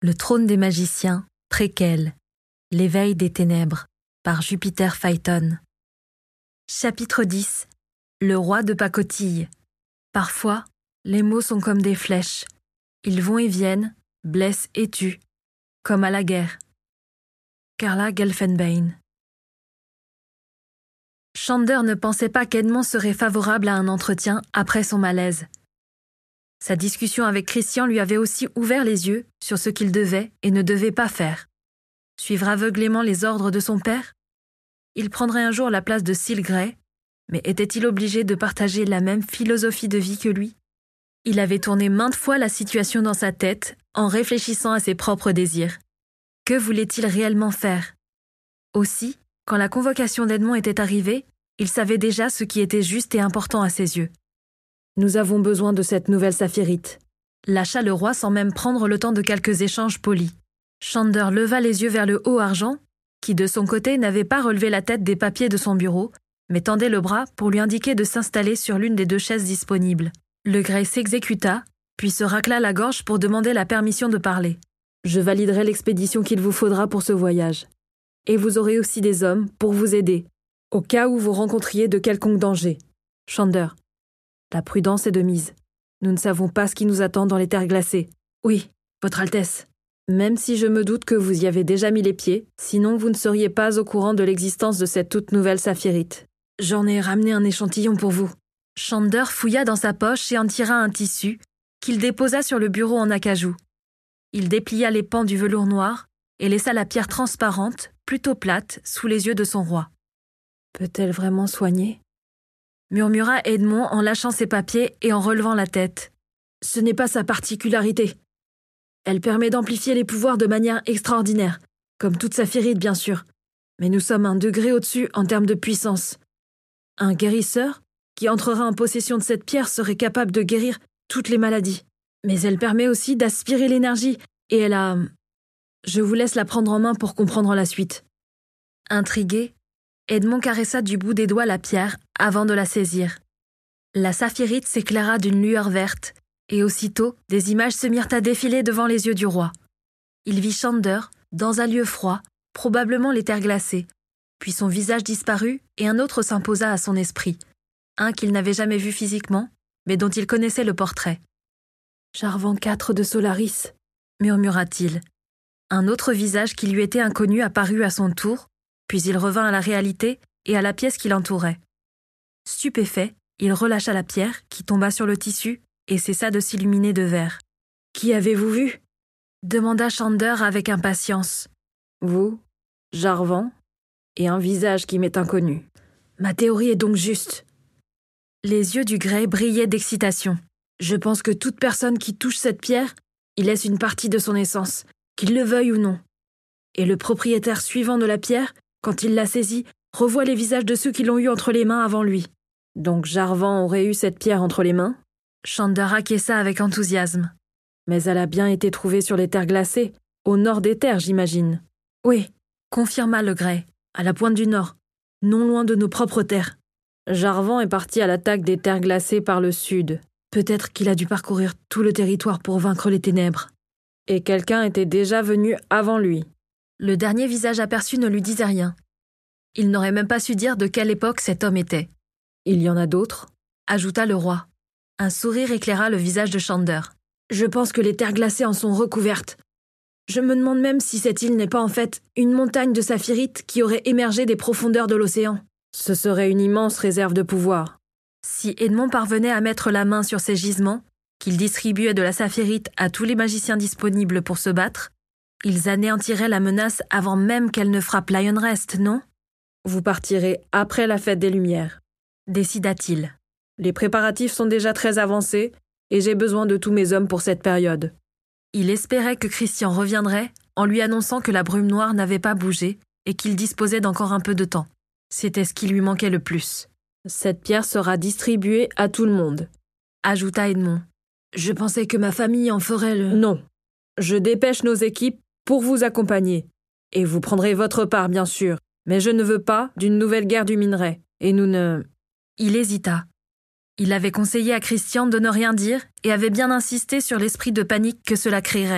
Le trône des magiciens, préquel, l'éveil des ténèbres, par Jupiter Phaeton. Chapitre 10. Le roi de pacotille. Parfois, les mots sont comme des flèches. Ils vont et viennent, blessent et tuent, comme à la guerre. Carla Gelfenbein. Xander ne pensait pas qu'Edmond serait favorable à un entretien après son malaise. Sa discussion avec Christian lui avait aussi ouvert les yeux sur ce qu'il devait et ne devait pas faire. Suivre aveuglément les ordres de son père? Il prendrait un jour la place de Syl Grey, mais était-il obligé de partager la même philosophie de vie que lui? Il avait tourné maintes fois la situation dans sa tête en réfléchissant à ses propres désirs. Que voulait-il réellement faire? Aussi, quand la convocation d'Edmond était arrivée, il savait déjà ce qui était juste et important à ses yeux. « Nous avons besoin de cette nouvelle saphirite », lâcha le roi sans même prendre le temps de quelques échanges polis. Xander leva les yeux vers le haut argent, qui de son côté n'avait pas relevé la tête des papiers de son bureau, mais tendait le bras pour lui indiquer de s'installer sur l'une des deux chaises disponibles. Le Grey s'exécuta, puis se racla la gorge pour demander la permission de parler. « Je validerai l'expédition qu'il vous faudra pour ce voyage. Et vous aurez aussi des hommes pour vous aider, au cas où vous rencontriez de quelconques dangers. Xander, la prudence est de mise. Nous ne savons pas ce qui nous attend dans les terres glacées. Oui, Votre Altesse. Même si je me doute que vous y avez déjà mis les pieds, sinon vous ne seriez pas au courant de l'existence de cette toute nouvelle saphirite. J'en ai ramené un échantillon pour vous. » Xander fouilla dans sa poche et en tira un tissu, qu'il déposa sur le bureau en acajou. Il déplia les pans du velours noir et laissa la pierre transparente, plutôt plate, sous les yeux de son roi. « Peut-elle vraiment soigner ?» murmura Edmond en lâchant ses papiers et en relevant la tête. « Ce n'est pas sa particularité. Elle permet d'amplifier les pouvoirs de manière extraordinaire, comme toute saphirite bien sûr. Mais nous sommes un degré au-dessus en termes de puissance. Un guérisseur qui entrera en possession de cette pierre serait capable de guérir toutes les maladies. Mais elle permet aussi d'aspirer l'énergie, et elle a... Je vous laisse la prendre en main pour comprendre la suite. » Intrigué, Edmond caressa du bout des doigts la pierre avant de la saisir. La saphirite s'éclaira d'une lueur verte, et aussitôt, des images se mirent à défiler devant les yeux du roi. Il vit Xander, dans un lieu froid, probablement les terres glacées, puis son visage disparut et un autre s'imposa à son esprit, un qu'il n'avait jamais vu physiquement, mais dont il connaissait le portrait. « Jarvan IV de Solaris », murmura-t-il. Un autre visage qui lui était inconnu apparut à son tour, puis il revint à la réalité et à la pièce qui l'entourait. Stupéfait, il relâcha la pierre qui tomba sur le tissu et cessa de s'illuminer de vert. « Qui avez-vous vu ?» demanda Xander avec impatience. « Vous, Jarvan, et un visage qui m'est inconnu. Ma théorie est donc juste. » Les yeux du Grey brillaient d'excitation. « Je pense que toute personne qui touche cette pierre y laisse une partie de son essence, qu'il le veuille ou non. Et le propriétaire suivant de la pierre, quand il l'a saisie, revoit les visages de ceux qui l'ont eu entre les mains avant lui. Donc Jarvan aurait eu cette pierre entre les mains ?» Xander acquiesça avec enthousiasme. « Mais elle a bien été trouvée sur les terres glacées, au nord des terres, j'imagine. »« Oui, » confirma le Grey, « à la pointe du nord, non loin de nos propres terres. Jarvan est parti à l'attaque des terres glacées par le sud. Peut-être qu'il a dû parcourir tout le territoire pour vaincre les ténèbres. Et quelqu'un était déjà venu avant lui. » Le dernier visage aperçu ne lui disait rien. Il n'aurait même pas su dire de quelle époque cet homme était. « Il y en a d'autres ?» ajouta le roi. Un sourire éclaira le visage de Xander. « Je pense que les terres glacées en sont recouvertes. Je me demande même si cette île n'est pas en fait une montagne de saphirites qui aurait émergé des profondeurs de l'océan. Ce serait une immense réserve de pouvoir. » Si Edmond parvenait à mettre la main sur ces gisements, qu'il distribuait de la saphirite à tous les magiciens disponibles pour se battre, ils anéantiraient la menace avant même qu'elle ne frappe Lionrest, non ? « Vous partirez après la fête des Lumières, » décida-t-il. « Les préparatifs sont déjà très avancés et j'ai besoin de tous mes hommes pour cette période. » Il espérait que Christian reviendrait en lui annonçant que la brume noire n'avait pas bougé et qu'il disposait d'encore un peu de temps. C'était ce qui lui manquait le plus. « Cette pierre sera distribuée à tout le monde, » ajouta Edmond. « Je pensais que ma famille en ferait le... » « Non. Je dépêche nos équipes pour vous accompagner. Et vous prendrez votre part, bien sûr. Mais je ne veux pas d'une nouvelle guerre du minerai. Et nous ne... » Il hésita. Il avait conseillé à Christian de ne rien dire et avait bien insisté sur l'esprit de panique que cela créerait.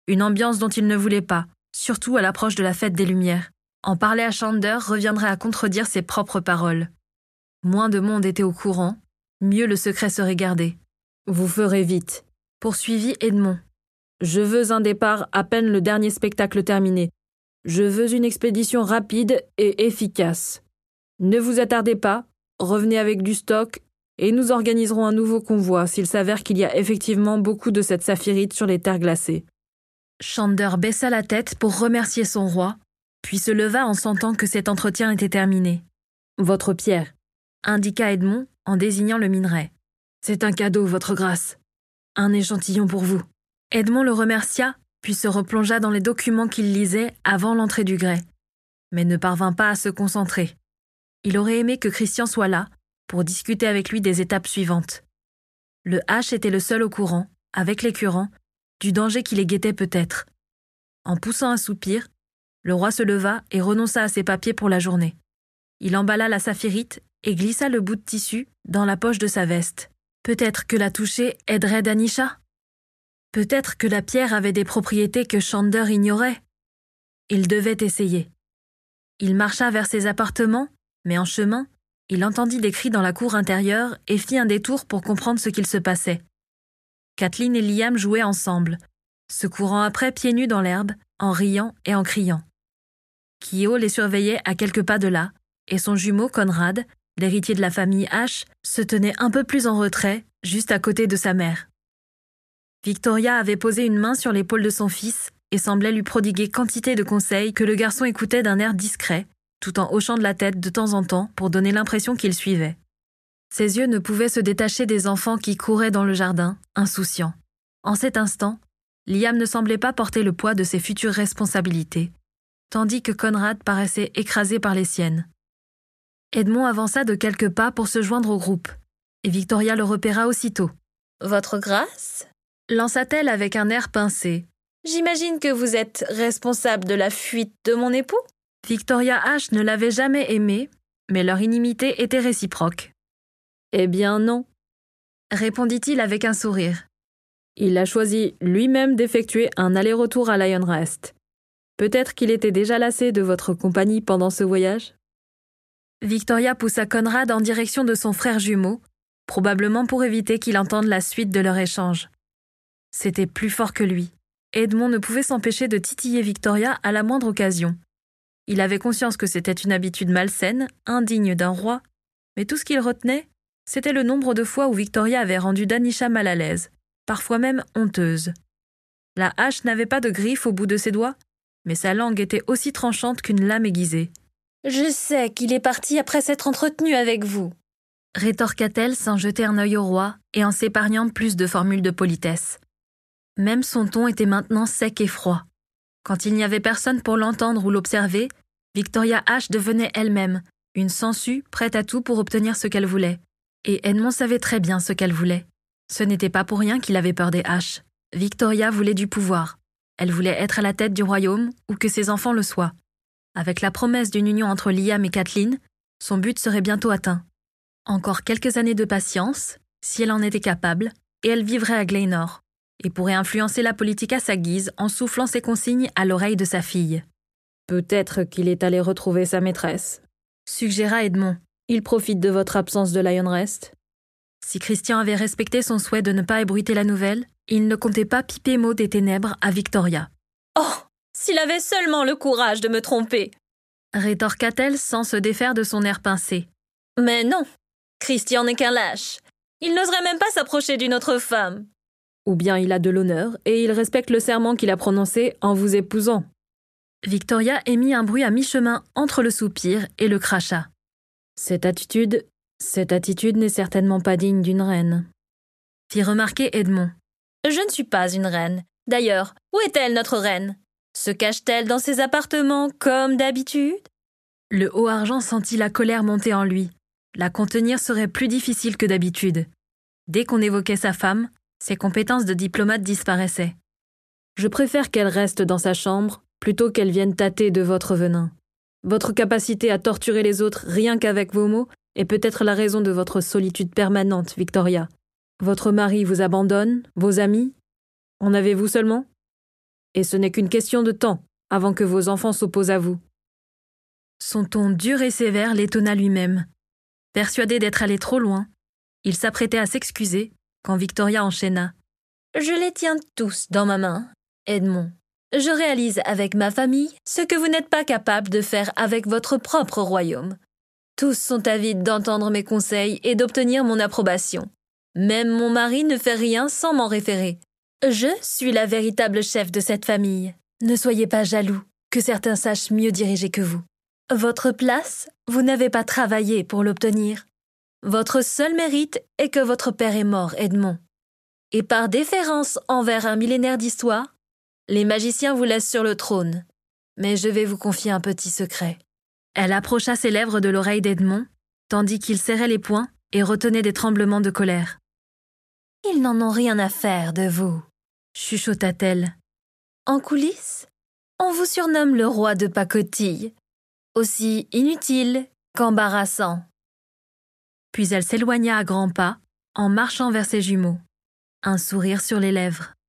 Une ambiance dont il ne voulait pas, surtout à l'approche de la fête des Lumières. En parler à Xander reviendrait à contredire ses propres paroles. Moins de monde était au courant, mieux le secret serait gardé. « Vous ferez vite », poursuivit Edmond. « Je veux un départ à peine le dernier spectacle terminé. Je veux une expédition rapide et efficace. Ne vous attardez pas, revenez avec du stock et nous organiserons un nouveau convoi s'il s'avère qu'il y a effectivement beaucoup de cette saphirite sur les terres glacées. » Xander baissa la tête pour remercier son roi, puis se leva en sentant que cet entretien était terminé. « Votre pierre », indiqua Edmond en désignant le minerai. « C'est un cadeau, votre grâce. Un échantillon pour vous. » Edmond le remercia, puis se replongea dans les documents qu'il lisait avant l'entrée du grès, mais ne parvint pas à se concentrer. Il aurait aimé que Christian soit là pour discuter avec lui des étapes suivantes. Le H était le seul au courant, avec les Curans, du danger qui les guettait peut-être. En poussant un soupir, le roi se leva et renonça à ses papiers pour la journée. Il emballa la saphirite et glissa le bout de tissu dans la poche de sa veste. Peut-être que la toucher aiderait Danisha. Peut-être que la pierre avait des propriétés que Xander ignorait. Il devait essayer. Il marcha vers ses appartements, mais en chemin, il entendit des cris dans la cour intérieure et fit un détour pour comprendre ce qu'il se passait. Kathleen et Liam jouaient ensemble, se courant après pieds nus dans l'herbe, en riant et en criant. Kyo les surveillait à quelques pas de là, et son jumeau Conrad, l'héritier de la famille H, se tenait un peu plus en retrait, juste à côté de sa mère. Victoria avait posé une main sur l'épaule de son fils et semblait lui prodiguer quantité de conseils que le garçon écoutait d'un air discret, tout en hochant de la tête de temps en temps pour donner l'impression qu'il suivait. Ses yeux ne pouvaient se détacher des enfants qui couraient dans le jardin, insouciants. En cet instant, Liam ne semblait pas porter le poids de ses futures responsabilités, tandis que Conrad paraissait écrasé par les siennes. Edmond avança de quelques pas pour se joindre au groupe, et Victoria le repéra aussitôt. « Votre grâce ?» lança-t-elle avec un air pincé. « J'imagine que vous êtes responsable de la fuite de mon époux ?» Victoria H ne l'avait jamais aimé, mais leur inimité était réciproque. « Eh bien non, » répondit-il avec un sourire. Il a choisi lui-même d'effectuer un aller-retour à Lionrest. Peut-être qu'il était déjà lassé de votre compagnie pendant ce voyage ? Victoria poussa Conrad en direction de son frère jumeau, probablement pour éviter qu'il entende la suite de leur échange. C'était plus fort que lui. Edmond ne pouvait s'empêcher de titiller Victoria à la moindre occasion. Il avait conscience que c'était une habitude malsaine, indigne d'un roi, mais tout ce qu'il retenait, c'était le nombre de fois où Victoria avait rendu Danisha mal à l'aise, parfois même honteuse. La hache n'avait pas de griffes au bout de ses doigts, mais sa langue était aussi tranchante qu'une lame aiguisée. « Je sais qu'il est parti après s'être entretenu avec vous », rétorqua-t-elle sans jeter un œil au roi et en s'épargnant plus de formules de politesse. Même son ton était maintenant sec et froid. Quand il n'y avait personne pour l'entendre ou l'observer, Victoria H devenait elle-même, une sangsue prête à tout pour obtenir ce qu'elle voulait. Et Edmond savait très bien ce qu'elle voulait. Ce n'était pas pour rien qu'il avait peur des H. Victoria voulait du pouvoir. Elle voulait être à la tête du royaume ou que ses enfants le soient. Avec la promesse d'une union entre Liam et Kathleen, son but serait bientôt atteint. Encore quelques années de patience, si elle en était capable, et elle vivrait à Glenor, et pourrait influencer la politique à sa guise en soufflant ses consignes à l'oreille de sa fille. « Peut-être qu'il est allé retrouver sa maîtresse », suggéra Edmond. « Il profite de votre absence de Lionrest. » Si Christian avait respecté son souhait de ne pas ébruiter la nouvelle, il ne comptait pas piper mot des ténèbres à Victoria. « Oh, s'il avait seulement le courage de me tromper !» rétorqua-t-elle sans se défaire de son air pincé. « Mais non, Christian n'est qu'un lâche. Il n'oserait même pas s'approcher d'une autre femme. » Ou bien il a de l'honneur et il respecte le serment qu'il a prononcé en vous épousant. Victoria émit un bruit à mi-chemin entre le soupir et le crachat. Cette attitude n'est certainement pas digne d'une reine, fit remarquer Edmond. Je ne suis pas une reine. D'ailleurs, où est-elle, notre reine? Se cache-t-elle dans ses appartements comme d'habitude? Le Haut-Argent sentit la colère monter en lui. La contenir serait plus difficile que d'habitude. Dès qu'on évoquait sa femme, ses compétences de diplomate disparaissaient. Je préfère qu'elle reste dans sa chambre plutôt qu'elle vienne tâter de votre venin. Votre capacité à torturer les autres rien qu'avec vos mots est peut-être la raison de votre solitude permanente, Victoria. Votre mari vous abandonne, vos amis? En avez-vous seulement? Et ce n'est qu'une question de temps avant que vos enfants s'opposent à vous. » Son ton dur et sévère l'étonna lui-même. Persuadé d'être allé trop loin, il s'apprêtait à s'excuser quand Victoria enchaîna. « Je les tiens tous dans ma main, Edmond. Je réalise avec ma famille ce que vous n'êtes pas capable de faire avec votre propre royaume. Tous sont avides d'entendre mes conseils et d'obtenir mon approbation. Même mon mari ne fait rien sans m'en référer. Je suis la véritable chef de cette famille. Ne soyez pas jaloux que certains sachent mieux diriger que vous. Votre place, vous n'avez pas travaillé pour l'obtenir. Votre seul mérite est que votre père est mort, Edmond. Et par déférence envers un millénaire d'histoire, les magiciens vous laissent sur le trône. Mais je vais vous confier un petit secret. » Elle approcha ses lèvres de l'oreille d'Edmond, tandis qu'il serrait les poings et retenait des tremblements de colère. « Ils n'en ont rien à faire de vous, » chuchota-t-elle. « En coulisses, on vous surnomme le roi de pacotille, aussi inutile qu'embarrassant. » Puis elle s'éloigna à grands pas, en marchant vers ses jumeaux, un sourire sur les lèvres.